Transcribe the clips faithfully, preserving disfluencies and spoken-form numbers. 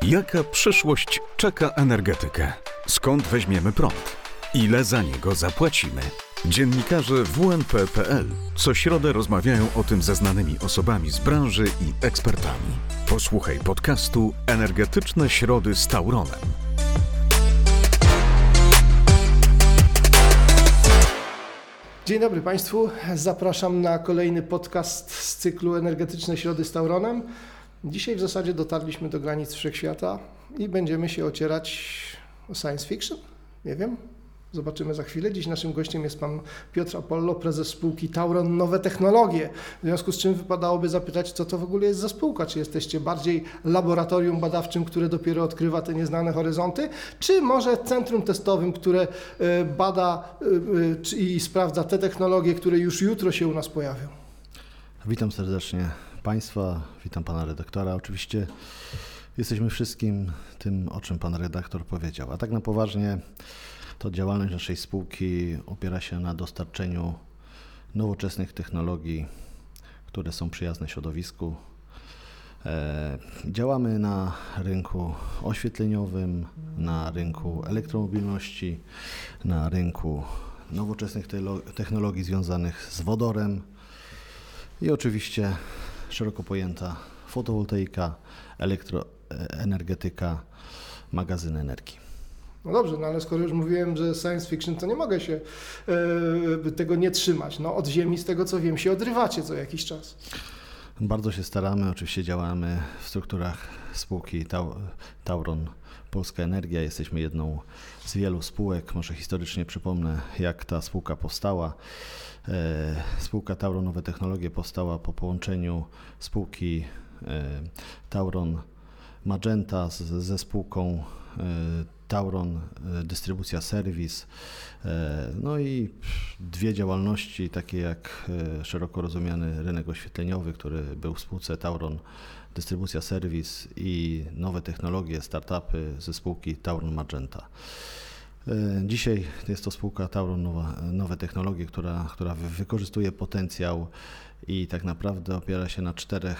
Jaka przyszłość czeka energetykę? Skąd weźmiemy prąd? Ile za niego zapłacimy? Dziennikarze W N P kropka P L co środę rozmawiają o tym ze znanymi osobami z branży i ekspertami. Posłuchaj podcastu Energetyczne Środy z Tauronem. Dzień dobry Państwu. Zapraszam na kolejny podcast z cyklu Energetyczne Środy z Tauronem. Dzisiaj w zasadzie dotarliśmy do granic wszechświata i będziemy się ocierać o science fiction. Nie wiem. Zobaczymy za chwilę. Dziś naszym gościem jest pan Piotr Apollo, prezes spółki Tauron Nowe Technologie. W związku z czym wypadałoby zapytać, co to w ogóle jest za spółka? Czy jesteście bardziej laboratorium badawczym, które dopiero odkrywa te nieznane horyzonty, czy może centrum testowym, które bada i sprawdza te technologie, które już jutro się u nas pojawią? Witam serdecznie Państwa, witam Pana redaktora. Oczywiście jesteśmy wszystkim tym, o czym Pan redaktor powiedział, a tak na poważnie to działalność naszej spółki opiera się na dostarczeniu nowoczesnych technologii, które są przyjazne środowisku. E, działamy na rynku oświetleniowym, na rynku elektromobilności, na rynku nowoczesnych technologii związanych z wodorem i oczywiście szeroko pojęta fotowoltaika, elektroenergetyka, magazyny energii. No dobrze, no ale skoro już mówiłem, że science fiction, to nie mogę się yy, tego nie trzymać. No od ziemi, z tego co wiem, się odrywacie co jakiś czas. Bardzo się staramy, oczywiście działamy w strukturach spółki Tau- Tauron Polska Energia. Jesteśmy jedną z wielu spółek. Może historycznie przypomnę, jak ta spółka powstała. E, spółka Tauron Nowe Technologie powstała po połączeniu spółki e, Tauron Magenta z, ze spółką e, Tauron Dystrybucja Serwis, no i dwie działalności takie jak szeroko rozumiany rynek oświetleniowy, który był w spółce Tauron Dystrybucja Serwis i nowe technologie, startupy ze spółki Tauron Magenta. Dzisiaj jest to spółka Tauron Nowa, Nowe Technologie, która, która wykorzystuje potencjał i tak naprawdę opiera się na czterech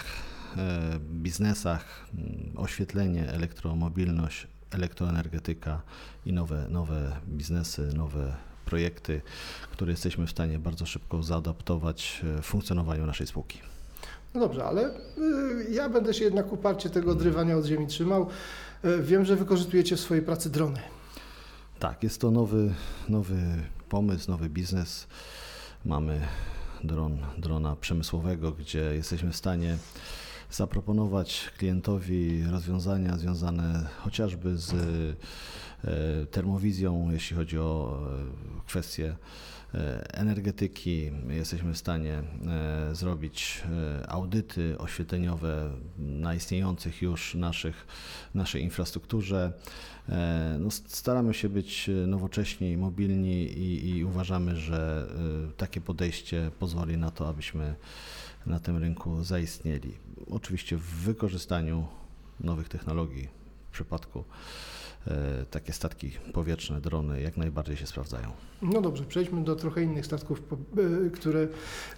biznesach: oświetlenie, elektromobilność, elektroenergetyka i nowe, nowe biznesy, nowe projekty, które jesteśmy w stanie bardzo szybko zaadaptować w funkcjonowaniu naszej spółki. No dobrze, ale y, ja będę się jednak uparcie tego odrywania od ziemi trzymał. Y, wiem, że wykorzystujecie w swojej pracy drony. Tak, jest to nowy, nowy pomysł, nowy biznes. Mamy dron, drona przemysłowego, gdzie jesteśmy w stanie zaproponować klientowi rozwiązania związane chociażby z termowizją, jeśli chodzi o kwestie energetyki. Jesteśmy w stanie zrobić audyty oświetleniowe na istniejących już naszych, naszej infrastrukturze. No, staramy się być nowocześni i mobilni i, i uważamy, że takie podejście pozwoli na to, abyśmy na tym rynku zaistnieli. Oczywiście w wykorzystaniu nowych technologii. W przypadku e, takie statki powietrzne, drony jak najbardziej się sprawdzają. No dobrze, przejdźmy do trochę innych statków, które,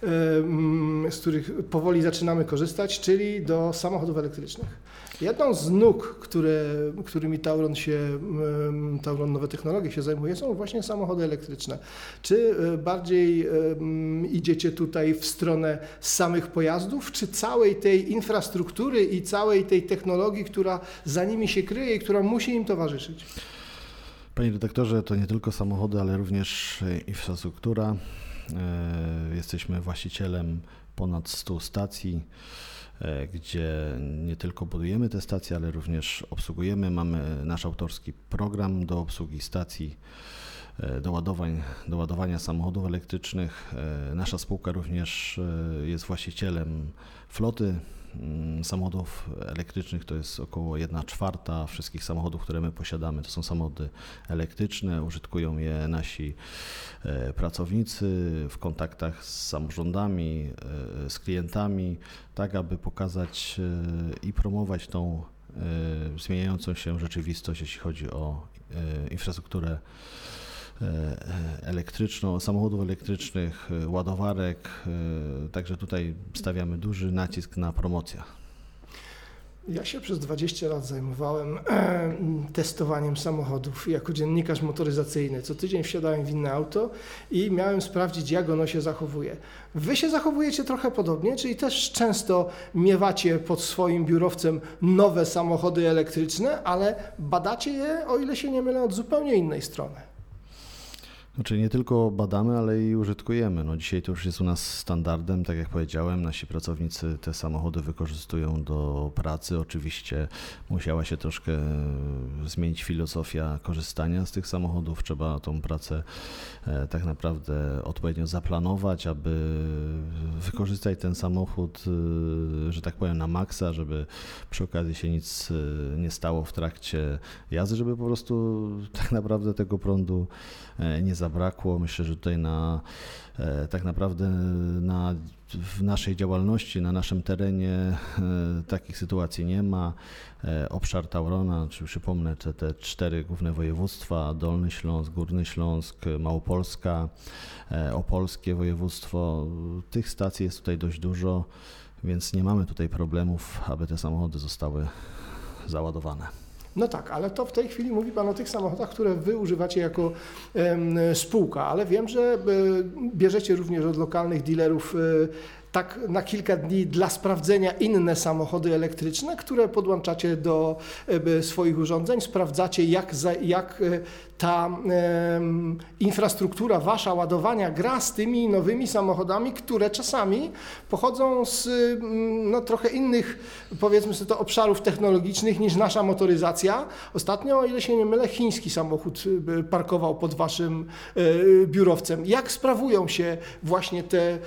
z których powoli zaczynamy korzystać, czyli do samochodów elektrycznych. Jedną z nóg, które, którymi Tauron się, Tauron Nowe Technologie się zajmuje, są właśnie samochody elektryczne. Czy bardziej idziecie tutaj w stronę samych pojazdów, czy całej tej infrastruktury i całej tej technologii, która za nimi się kryje i która musi im towarzyszyć? Panie redaktorze, to nie tylko samochody, ale również infrastruktura. Jesteśmy właścicielem ponad stu stacji, gdzie nie tylko budujemy te stacje, ale również obsługujemy. Mamy nasz autorski program do obsługi stacji, do ładowań, do ładowania samochodów elektrycznych. Nasza spółka również jest właścicielem floty samochodów elektrycznych. To jest około jedna czwarta wszystkich samochodów, które my posiadamy. To są samochody elektryczne, użytkują je nasi pracownicy w kontaktach z samorządami, z klientami, tak aby pokazać i promować tą zmieniającą się rzeczywistość, jeśli chodzi o infrastrukturę elektryczną, samochodów elektrycznych, ładowarek, także tutaj stawiamy duży nacisk na promocję. Ja się przez dwadzieścia lat zajmowałem e, testowaniem samochodów jako dziennikarz motoryzacyjny. Co tydzień wsiadałem w inne auto i miałem sprawdzić, jak ono się zachowuje. Wy się zachowujecie trochę podobnie, czyli też często miewacie pod swoim biurowcem nowe samochody elektryczne, ale badacie je, o ile się nie mylę, od zupełnie innej strony. Znaczy nie tylko badamy, ale i użytkujemy. No dzisiaj to już jest u nas standardem, tak jak powiedziałem, nasi pracownicy te samochody wykorzystują do pracy. Oczywiście musiała się troszkę zmienić filozofia korzystania z tych samochodów. Trzeba tą pracę e, tak naprawdę odpowiednio zaplanować, aby wykorzystać ten samochód, e, że tak powiem, na maksa, żeby przy okazji się nic e, nie stało w trakcie jazdy, żeby po prostu tak naprawdę tego prądu e, nie zabrakło. Myślę, że tutaj na e, tak naprawdę na, w naszej działalności, na naszym terenie e, takich sytuacji nie ma. E, obszar Taurona, czy przypomnę te, te cztery główne województwa, Dolny Śląsk, Górny Śląsk, Małopolska, e, Opolskie województwo. Tych stacji jest tutaj dość dużo, więc nie mamy tutaj problemów, aby te samochody zostały załadowane. No tak, ale to w tej chwili mówi Pan o tych samochodach, które Wy używacie jako em, spółka, ale wiem, że e, bierzecie również od lokalnych dealerów e, tak na kilka dni dla sprawdzenia inne samochody elektryczne, które podłączacie do e, swoich urządzeń, sprawdzacie jak, za, jak e, ta e, infrastruktura Wasza ładowania gra z tymi nowymi samochodami, które czasami pochodzą z no, trochę innych, powiedzmy sobie to, obszarów technologicznych niż nasza motoryzacja. Ostatnio, o ile się nie mylę, chiński samochód parkował pod Waszym e, biurowcem. Jak sprawują się właśnie te,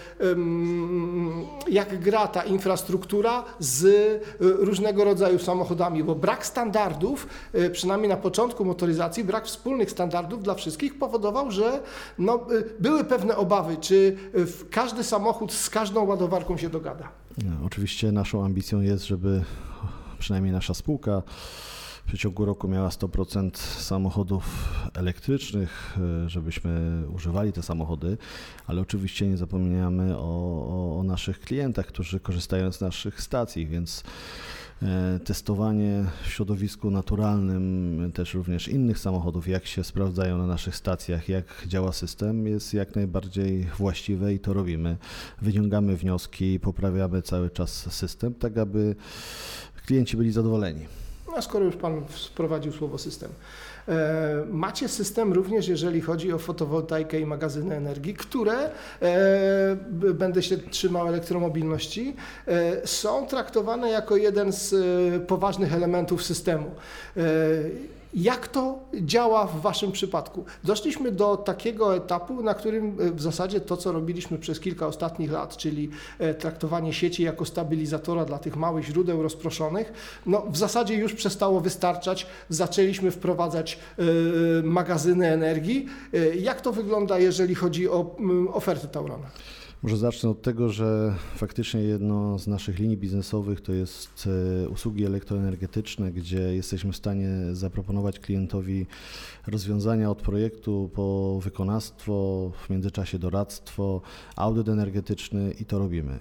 jak gra ta infrastruktura z różnego rodzaju samochodami, bo brak standardów, przynajmniej na początku motoryzacji, brak wspólnych standardów dla wszystkich powodował, że no, były pewne obawy, czy każdy samochód z każdą ładowarką się dogada. No, oczywiście naszą ambicją jest, żeby przynajmniej nasza spółka w przeciągu roku miała sto procent samochodów elektrycznych, żebyśmy używali te samochody, ale oczywiście nie zapominamy o, o, o naszych klientach, którzy korzystają z naszych stacji, więc testowanie w środowisku naturalnym też również innych samochodów, jak się sprawdzają na naszych stacjach, jak działa system, jest jak najbardziej właściwe i to robimy. Wyciągamy wnioski, poprawiamy cały czas system, tak aby klienci byli zadowoleni. A skoro już Pan wprowadził słowo system. E, macie system również, jeżeli chodzi o fotowoltaikę i magazyny energii, które, e, będę się trzymał elektromobilności, e, są traktowane jako jeden z e, poważnych elementów systemu. E, Jak to działa w Waszym przypadku? Doszliśmy do takiego etapu, na którym w zasadzie to, co robiliśmy przez kilka ostatnich lat, czyli traktowanie sieci jako stabilizatora dla tych małych źródeł rozproszonych, no w zasadzie już przestało wystarczać. Zaczęliśmy wprowadzać y, magazyny energii. Y, jak to wygląda, jeżeli chodzi o y, ofertę Taurona? Może zacznę od tego, że faktycznie jedno z naszych linii biznesowych to jest usługi elektroenergetyczne, gdzie jesteśmy w stanie zaproponować klientowi rozwiązania od projektu po wykonawstwo, w międzyczasie doradztwo, audyt energetyczny i to robimy.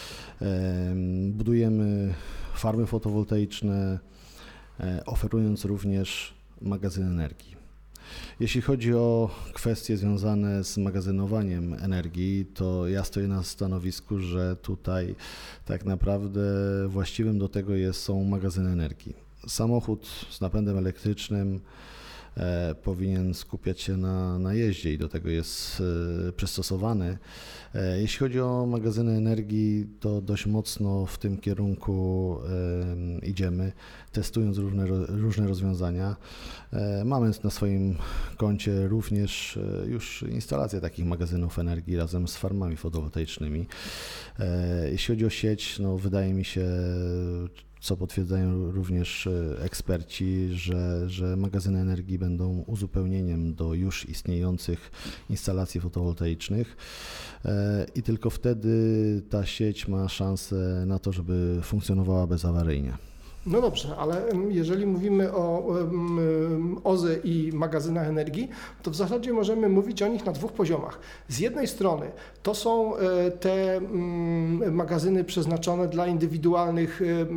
Budujemy farmy fotowoltaiczne, oferując również magazyn energii. Jeśli chodzi o kwestie związane z magazynowaniem energii, to ja stoję na stanowisku, że tutaj tak naprawdę właściwym do tego jest, są magazyny energii. Samochód z napędem elektrycznym e, powinien skupiać się na, na jeździe i do tego jest e, przystosowany. E, jeśli chodzi o magazyny energii, to dość mocno w tym kierunku e, idziemy, testując różne, różne rozwiązania. E, mamy na swoim koncie również e, już instalację takich magazynów energii razem z farmami fotowoltaicznymi. E, jeśli chodzi o sieć, no wydaje mi się, co potwierdzają również eksperci, że, że magazyny energii będą uzupełnieniem do już istniejących instalacji fotowoltaicznych i tylko wtedy ta sieć ma szansę na to, żeby funkcjonowała bezawaryjnie. No dobrze, ale em, jeżeli mówimy o em, O Z E i magazynach energii, to w zasadzie możemy mówić o nich na dwóch poziomach. Z jednej strony to są e, te mm, magazyny przeznaczone dla indywidualnych em,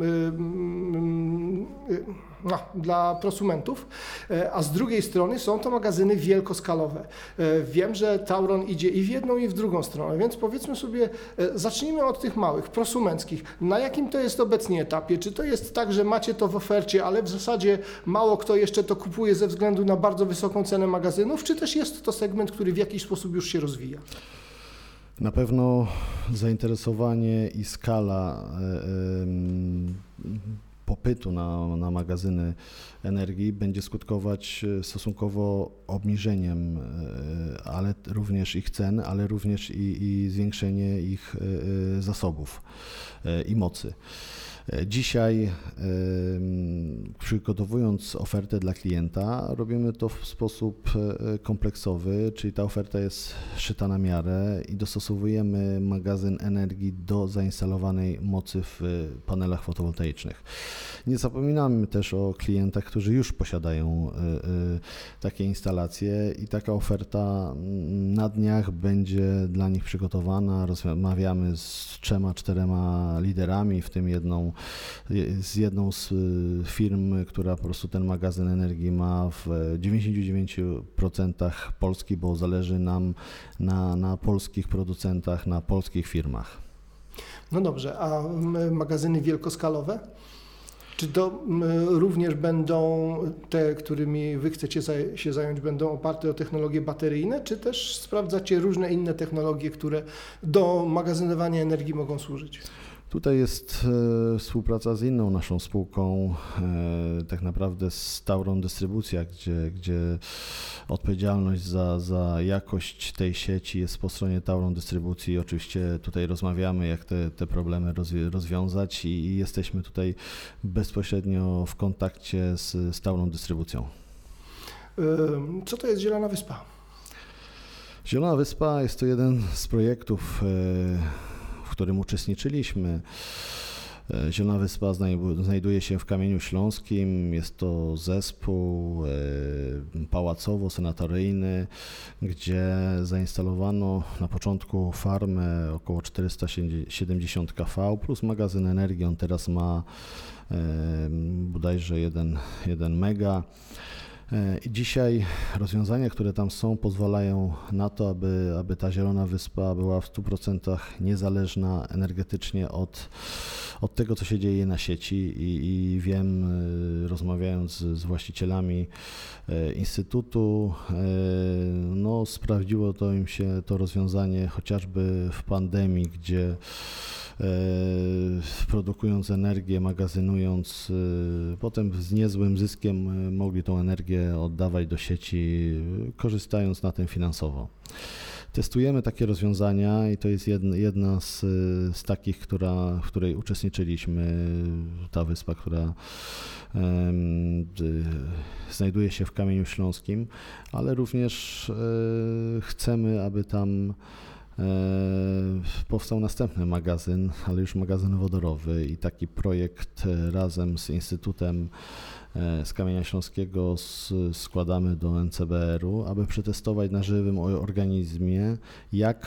em, em, no, dla prosumentów, e, a z drugiej strony są to magazyny wielkoskalowe. E, Wiem, że Tauron idzie i w jedną, i w drugą stronę, więc powiedzmy sobie, e, zacznijmy od tych małych, prosumenckich. Na jakim to jest obecnie etapie? Czy to jest tak, że macie to w ofercie, ale w zasadzie mało kto jeszcze to kupuje ze względu na bardzo wysoką cenę magazynów, czy też jest to segment, który w jakiś sposób już się rozwija? Na pewno zainteresowanie i skala e, em, popytu na, na magazyny energii będzie skutkować stosunkowo obniżeniem, e, ale również ich cen, ale również i, i zwiększenie ich e, zasobów e, i mocy. Dzisiaj, e, przygotowując ofertę dla klienta, robimy to w sposób e, kompleksowy, czyli ta oferta jest szyta na miarę i dostosowujemy magazyn energii do zainstalowanej mocy w panelach fotowoltaicznych. Nie zapominamy też o klientach, którzy już posiadają e, e, takie instalacje i taka oferta na dniach będzie dla nich przygotowana. Rozmawiamy z trzema, czterema liderami, w tym jedną z jedną z firm, która po prostu ten magazyn energii ma w dziewięćdziesięciu dziewięciu procentach Polski, bo zależy nam na, na polskich producentach, na polskich firmach. No dobrze, a m, magazyny wielkoskalowe? Czy to m, również będą te, którymi wy chcecie zaj- się zająć, będą oparte o technologie bateryjne, czy też sprawdzacie różne inne technologie, które do magazynowania energii mogą służyć? Tutaj jest e, współpraca z inną naszą spółką, e, tak naprawdę z Tauron Dystrybucja, gdzie, gdzie odpowiedzialność za, za jakość tej sieci jest po stronie Tauron Dystrybucji. Oczywiście tutaj rozmawiamy, jak te, te problemy rozwi- rozwiązać i, i jesteśmy tutaj bezpośrednio w kontakcie z, z Tauron Dystrybucją. Ym, Co to jest Zielona Wyspa? Zielona Wyspa jest to jeden z projektów, e, w którym uczestniczyliśmy. Zielona Wyspa znajduje się w Kamieniu Śląskim. Jest to zespół pałacowo-senatoryjny, gdzie zainstalowano na początku farmę około czterysta siedemdziesiąt kilowattów plus magazyn energii. On teraz ma bodajże jeden mega. I dzisiaj rozwiązania, które tam są, pozwalają na to, aby, aby ta Zielona Wyspa była w stu procentach niezależna energetycznie od, od tego, co się dzieje na sieci i, i wiem, rozmawiając z, z właścicielami Instytutu, no sprawdziło to im się to rozwiązanie chociażby w pandemii, gdzie produkując energię, magazynując, potem z niezłym zyskiem mogli tą energię oddawać do sieci, korzystając na tym finansowo. Testujemy takie rozwiązania i to jest jedna, jedna z, z takich, która, w której uczestniczyliśmy, ta wyspa, która um, znajduje się w Kamieniu Śląskim, ale również e, chcemy, aby tam powstał następny magazyn, ale już magazyn wodorowy i taki projekt razem z Instytutem z Kamienia Śląskiego składamy do N C B R-u, aby przetestować na żywym organizmie, jak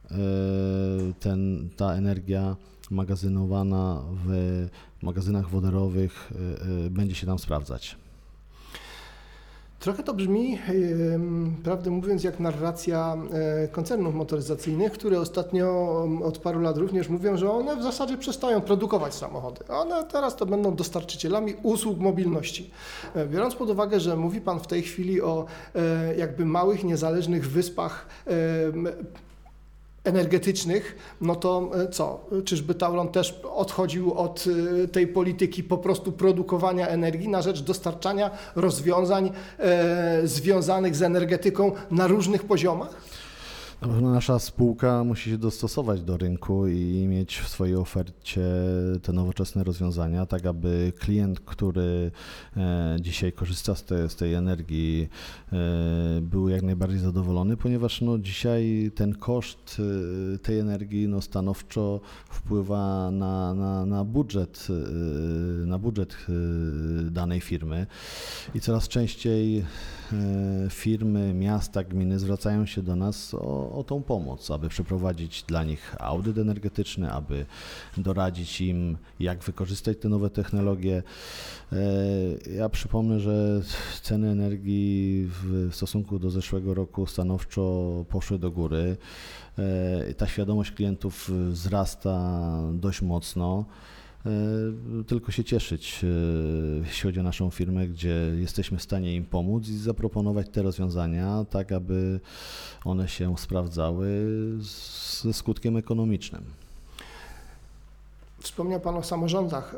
ten, ta energia magazynowana w magazynach wodorowych będzie się tam sprawdzać. Trochę to brzmi, prawdę mówiąc, jak narracja koncernów motoryzacyjnych, które ostatnio od paru lat również mówią, że one w zasadzie przestają produkować samochody. One teraz to będą dostarczycielami usług mobilności. Biorąc pod uwagę, że mówi Pan w tej chwili o jakby małych, niezależnych wyspach energetycznych, no to co? Czyżby Tauron też odchodził od tej polityki po prostu produkowania energii na rzecz dostarczania rozwiązań e, związanych z energetyką na różnych poziomach? No, nasza spółka musi się dostosować do rynku i mieć w swojej ofercie te nowoczesne rozwiązania, tak aby klient, który e, dzisiaj korzysta z, te, z tej energii, e, był jak najbardziej zadowolony, ponieważ no, dzisiaj ten koszt e, tej energii no, stanowczo wpływa na, na, na budżet, e, na budżet e, danej firmy i coraz częściej e, firmy, miasta, gminy zwracają się do nas o, o tą pomoc, aby przeprowadzić dla nich audyt energetyczny, aby doradzić im, jak wykorzystać te nowe technologie. Ja przypomnę, że ceny energii w stosunku do zeszłego roku stanowczo poszły do góry. Ta świadomość klientów wzrasta dość mocno. Tylko się cieszyć, jeśli chodzi o naszą firmę, gdzie jesteśmy w stanie im pomóc i zaproponować te rozwiązania tak, aby one się sprawdzały ze skutkiem ekonomicznym. Wspomniał Pan o samorządach.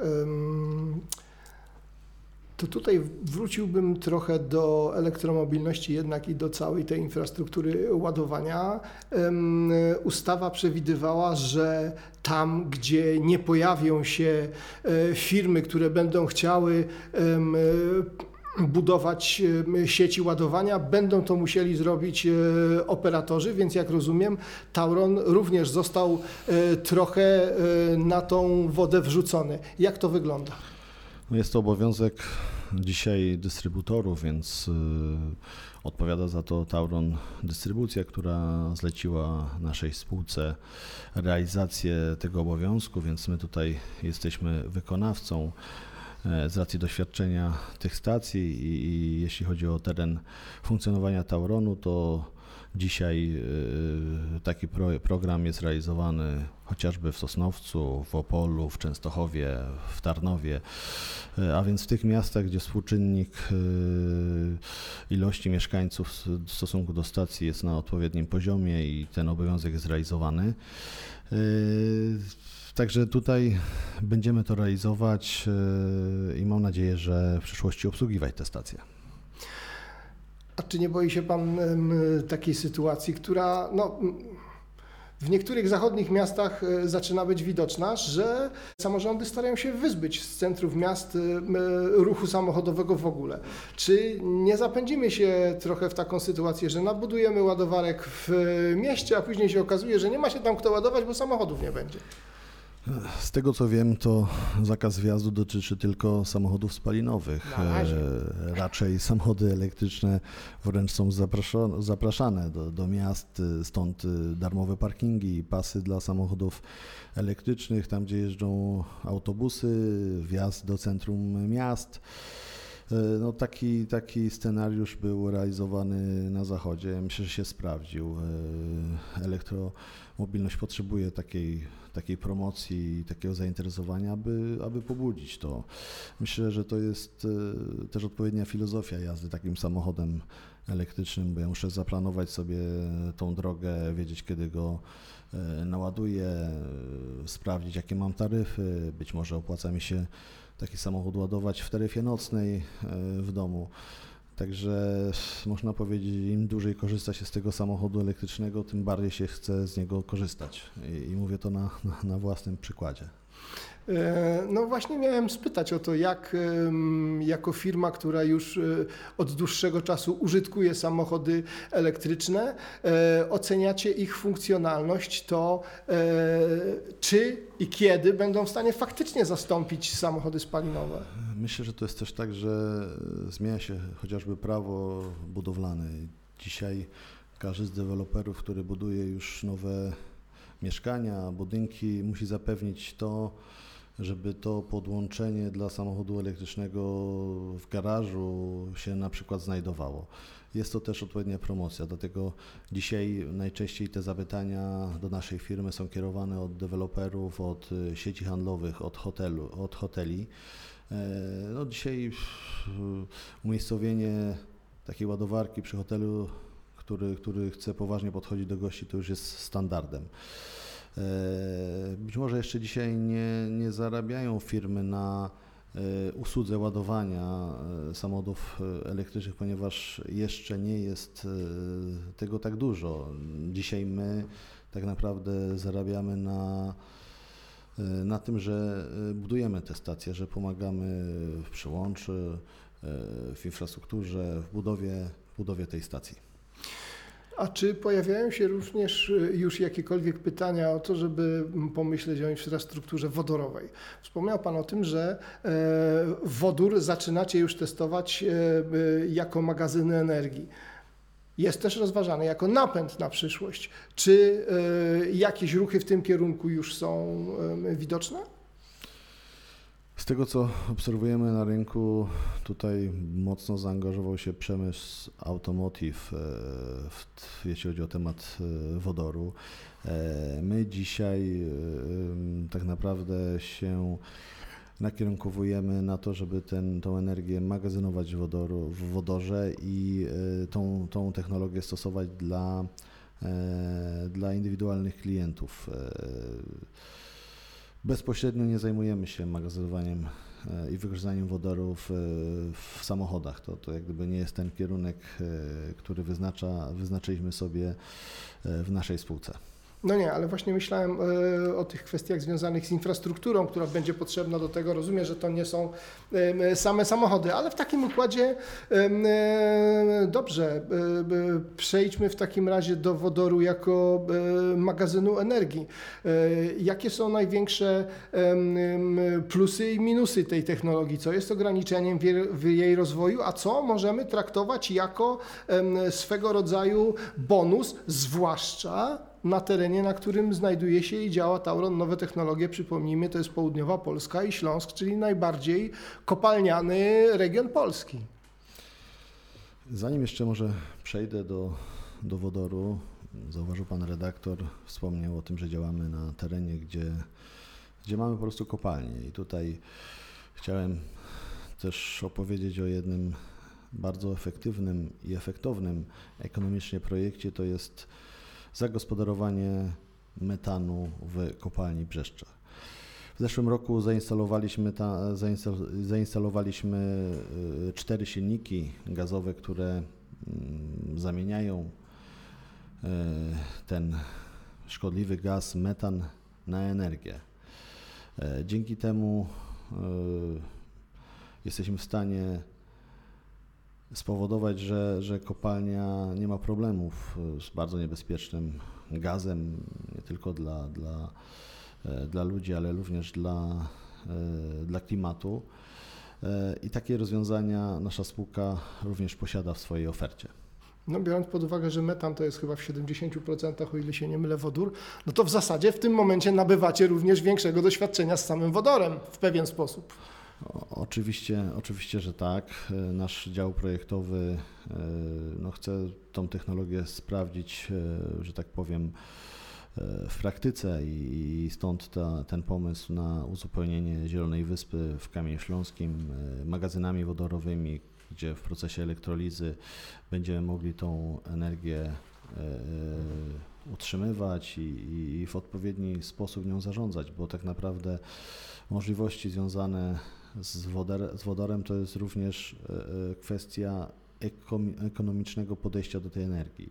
To tutaj wróciłbym trochę do elektromobilności jednak i do całej tej infrastruktury ładowania. Ustawa przewidywała, że tam, gdzie nie pojawią się firmy, które będą chciały budować sieci ładowania, będą to musieli zrobić operatorzy, więc jak rozumiem, Tauron również został trochę na tą wodę wrzucony. Jak to wygląda? No jest to obowiązek dzisiaj dystrybutorów, więc odpowiada za to Tauron Dystrybucja, która zleciła naszej spółce realizację tego obowiązku, więc my tutaj jesteśmy wykonawcą z racji doświadczenia tych stacji i, i jeśli chodzi o teren funkcjonowania Tauronu, to dzisiaj taki pro, program jest realizowany chociażby w Sosnowcu, w Opolu, w Częstochowie, w Tarnowie, a więc w tych miastach, gdzie współczynnik ilości mieszkańców w stosunku do stacji jest na odpowiednim poziomie i ten obowiązek jest realizowany. Także tutaj będziemy to realizować i mam nadzieję, że w przyszłości obsługiwać te stacje. A czy nie boi się Pan takiej sytuacji, która no, w niektórych zachodnich miastach zaczyna być widoczna, że samorządy starają się wyzbyć z centrów miast ruchu samochodowego w ogóle? Czy nie zapędzimy się trochę w taką sytuację, że nabudujemy ładowarek w mieście, a później się okazuje, że nie ma się tam kto ładować, bo samochodów nie będzie? Z tego co wiem, to zakaz wjazdu dotyczy tylko samochodów spalinowych. Raczej samochody elektryczne wręcz są zapraszane do, do miast, stąd darmowe parkingi, pasy dla samochodów elektrycznych, tam gdzie jeżdżą autobusy, wjazd do centrum miast. No taki, taki scenariusz był realizowany na zachodzie. Myślę, że się sprawdził. Elektromobilność potrzebuje takiej, takiej promocji i takiego zainteresowania, aby, aby pobudzić to. Myślę, że to jest też odpowiednia filozofia jazdy takim samochodem elektrycznym, bo ja muszę zaplanować sobie tą drogę, wiedzieć kiedy go naładuję, sprawdzić jakie mam taryfy, być może opłaca mi się taki samochód ładować w taryfie nocnej w domu. Także można powiedzieć, im dłużej korzysta się z tego samochodu elektrycznego, tym bardziej się chce z niego korzystać. I, i mówię to na, na, na własnym przykładzie. No właśnie miałem spytać o to, jak jako firma, która już od dłuższego czasu użytkuje samochody elektryczne, oceniacie ich funkcjonalność, to czy i kiedy będą w stanie faktycznie zastąpić samochody spalinowe? Myślę, że to jest też tak, że zmienia się chociażby prawo budowlane. Dzisiaj każdy z deweloperów, który buduje już nowe mieszkania, budynki, musi zapewnić to, żeby to podłączenie dla samochodu elektrycznego w garażu się na przykład znajdowało. Jest to też odpowiednia promocja, dlatego dzisiaj najczęściej te zapytania do naszej firmy są kierowane od deweloperów, od sieci handlowych, od, hotelu, od hoteli. No dzisiaj umiejscowienie takiej ładowarki przy hotelu, który, który chce poważnie podchodzić do gości, to już jest standardem. Być może jeszcze dzisiaj nie, nie zarabiają firmy na usłudze ładowania samochodów elektrycznych, ponieważ jeszcze nie jest tego tak dużo. Dzisiaj my tak naprawdę zarabiamy na, na tym, że budujemy te stacje, że pomagamy w przyłączy, w infrastrukturze, w budowie, w budowie tej stacji. A czy pojawiają się również już jakiekolwiek pytania o to, żeby pomyśleć o infrastrukturze wodorowej? Wspomniał Pan o tym, że wodór zaczynacie już testować jako magazyny energii. Jest też rozważany jako napęd na przyszłość. Czy jakieś ruchy w tym kierunku już są widoczne? Z tego, co obserwujemy na rynku, tutaj mocno zaangażował się przemysł automotive, w, jeśli chodzi o temat wodoru. My dzisiaj tak naprawdę się nakierunkowujemy na to, żeby ten, tą energię magazynować w, wodoru, w wodorze i tą, tą technologię stosować dla, dla indywidualnych klientów. Bezpośrednio nie zajmujemy się magazynowaniem i wykorzystaniem wodoru w, w samochodach. To, to jak gdyby nie jest ten kierunek, który wyznacza, wyznaczyliśmy sobie w naszej spółce. No nie, ale właśnie myślałem e, o tych kwestiach związanych z infrastrukturą, która będzie potrzebna do tego. Rozumiem, że to nie są e, same samochody, ale w takim układzie e, dobrze, e, przejdźmy w takim razie do wodoru jako e, magazynu energii. E, jakie są największe e, plusy i minusy tej technologii? Co jest ograniczeniem w jej rozwoju, a co możemy traktować jako e, swego rodzaju bonus, zwłaszcza na terenie, na którym znajduje się i działa Tauron Nowe Technologie. Przypomnijmy, to jest południowa Polska i Śląsk, czyli najbardziej kopalniany region Polski. Zanim jeszcze może przejdę do, do wodoru, zauważył Pan redaktor, wspomniał o tym, że działamy na terenie, gdzie, gdzie mamy po prostu kopalnie. I tutaj chciałem też opowiedzieć o jednym bardzo efektywnym i efektownym ekonomicznie projekcie, to jest zagospodarowanie metanu w kopalni Brzeszcza. W zeszłym roku zainstalowaliśmy, ta, zainstal, zainstalowaliśmy cztery silniki gazowe, które zamieniają ten szkodliwy gaz, metan, na energię. Dzięki temu jesteśmy w stanie spowodować, że, że kopalnia nie ma problemów z bardzo niebezpiecznym gazem, nie tylko dla, dla, dla ludzi, ale również dla, dla klimatu. I takie rozwiązania nasza spółka również posiada w swojej ofercie. No, biorąc pod uwagę, że metan to jest chyba w siedemdziesięciu procentach, o ile się nie mylę, wodór, no to w zasadzie w tym momencie nabywacie również większego doświadczenia z samym wodorem w pewien sposób. O, oczywiście, oczywiście, że tak. Nasz dział projektowy no, chce tą technologię sprawdzić, że tak powiem, w praktyce i stąd ta, ten pomysł na uzupełnienie Zielonej Wyspy w Kamieniu Śląskim magazynami wodorowymi, gdzie w procesie elektrolizy będziemy mogli tą energię utrzymywać i, i w odpowiedni sposób nią zarządzać, bo tak naprawdę możliwości związane z, wodor, z wodorem to jest również kwestia ekonomicznego podejścia do tej energii.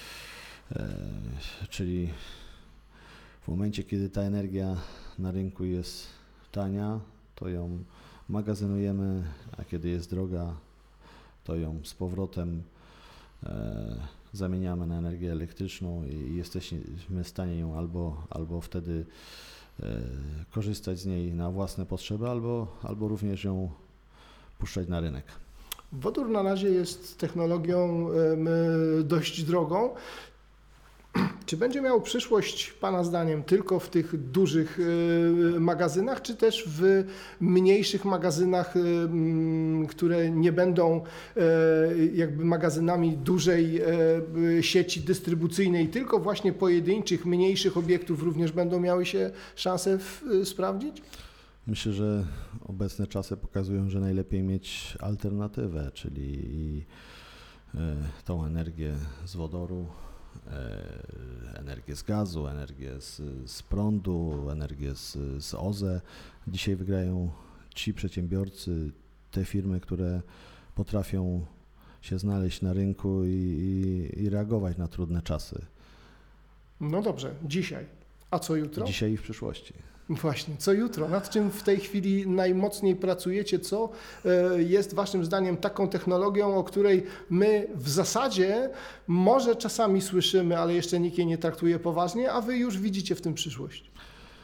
Czyli w momencie, kiedy ta energia na rynku jest tania, to ją magazynujemy, a kiedy jest droga, to ją z powrotem e, zamieniamy na energię elektryczną i jesteśmy w stanie ją albo, albo wtedy e, korzystać z niej na własne potrzeby, albo, albo również ją puszczać na rynek. Wodór na razie jest technologią e, dość drogą. Czy będzie miał przyszłość Pana zdaniem tylko w tych dużych y, magazynach, czy też w mniejszych magazynach, y, które nie będą y, jakby magazynami dużej y, sieci dystrybucyjnej, tylko właśnie pojedynczych, mniejszych obiektów również będą miały się szansę w, y, sprawdzić? Myślę, że obecne czasy pokazują, że najlepiej mieć alternatywę, czyli y, tą energię z wodoru, energię z gazu, energię z, z prądu, energię z, z O Z E. Dzisiaj wygrają ci przedsiębiorcy, te firmy, które potrafią się znaleźć na rynku i, i, i reagować na trudne czasy. No dobrze, dzisiaj. A co jutro? Dzisiaj i w przyszłości. Właśnie, co jutro? Nad czym w tej chwili najmocniej pracujecie? Co jest waszym zdaniem taką technologią, o której my w zasadzie może czasami słyszymy, ale jeszcze nikt jej nie traktuje poważnie, a wy już widzicie w tym przyszłość?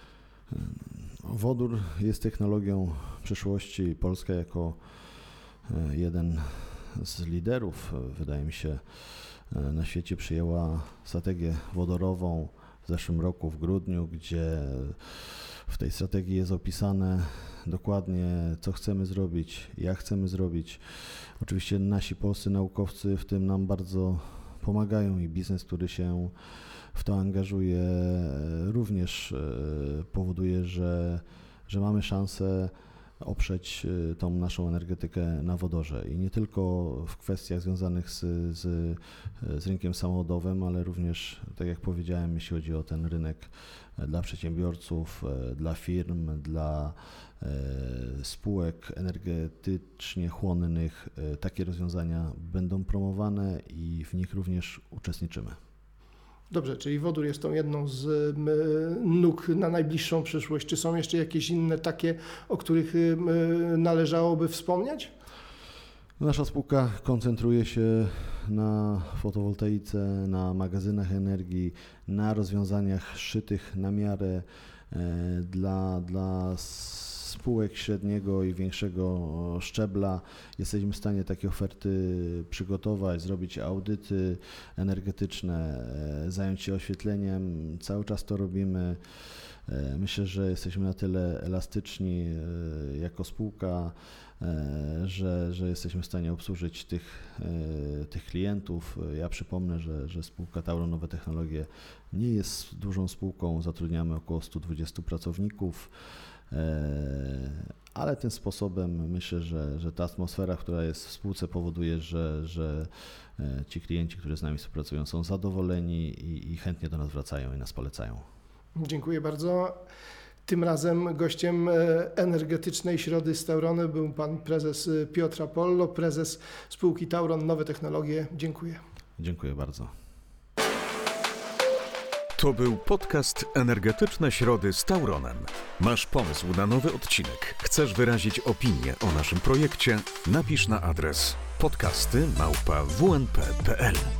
Wodór jest technologią przyszłości. Polska jako jeden z liderów, wydaje mi się, na świecie przyjęła strategię wodorową w zeszłym roku w grudniu, gdzie w tej strategii jest opisane dokładnie, co chcemy zrobić, jak chcemy zrobić. Oczywiście nasi polscy naukowcy w tym nam bardzo pomagają i biznes, który się w to angażuje, również powoduje, że, że mamy szansę oprzeć tą naszą energetykę na wodorze i nie tylko w kwestiach związanych z, z, z rynkiem samochodowym, ale również, tak jak powiedziałem, jeśli chodzi o ten rynek dla przedsiębiorców, dla firm, dla e, spółek energetycznie chłonnych, e, takie rozwiązania będą promowane i w nich również uczestniczymy. Dobrze, czyli wodór jest tą jedną z nóg na najbliższą przyszłość. Czy są jeszcze jakieś inne takie, o których należałoby wspomnieć? Nasza spółka koncentruje się na fotowoltaice, na magazynach energii, na rozwiązaniach szytych na miarę dla, dla spółek średniego i większego szczebla. Jesteśmy w stanie takie oferty przygotować, zrobić audyty energetyczne, zająć się oświetleniem. Cały czas to robimy. Myślę, że jesteśmy na tyle elastyczni jako spółka, że, że jesteśmy w stanie obsłużyć tych, tych klientów. Ja przypomnę, że, że spółka Tauron Nowe Technologie nie jest dużą spółką, zatrudniamy około stu dwudziestu pracowników, ale tym sposobem myślę, że, że ta atmosfera, która jest w spółce, powoduje, że, że ci klienci, którzy z nami współpracują, są zadowoleni i, i chętnie do nas wracają i nas polecają. Dziękuję bardzo. Tym razem gościem energetycznej Środy z Tauronem był pan prezes Piotr Apollo, prezes spółki Tauron Nowe Technologie. Dziękuję. Dziękuję bardzo. To był podcast Energetyczne Środy z Tauronem. Masz pomysł na nowy odcinek? Chcesz wyrazić opinię o naszym projekcie? Napisz na adres podcasty małpa w n p kropka p l.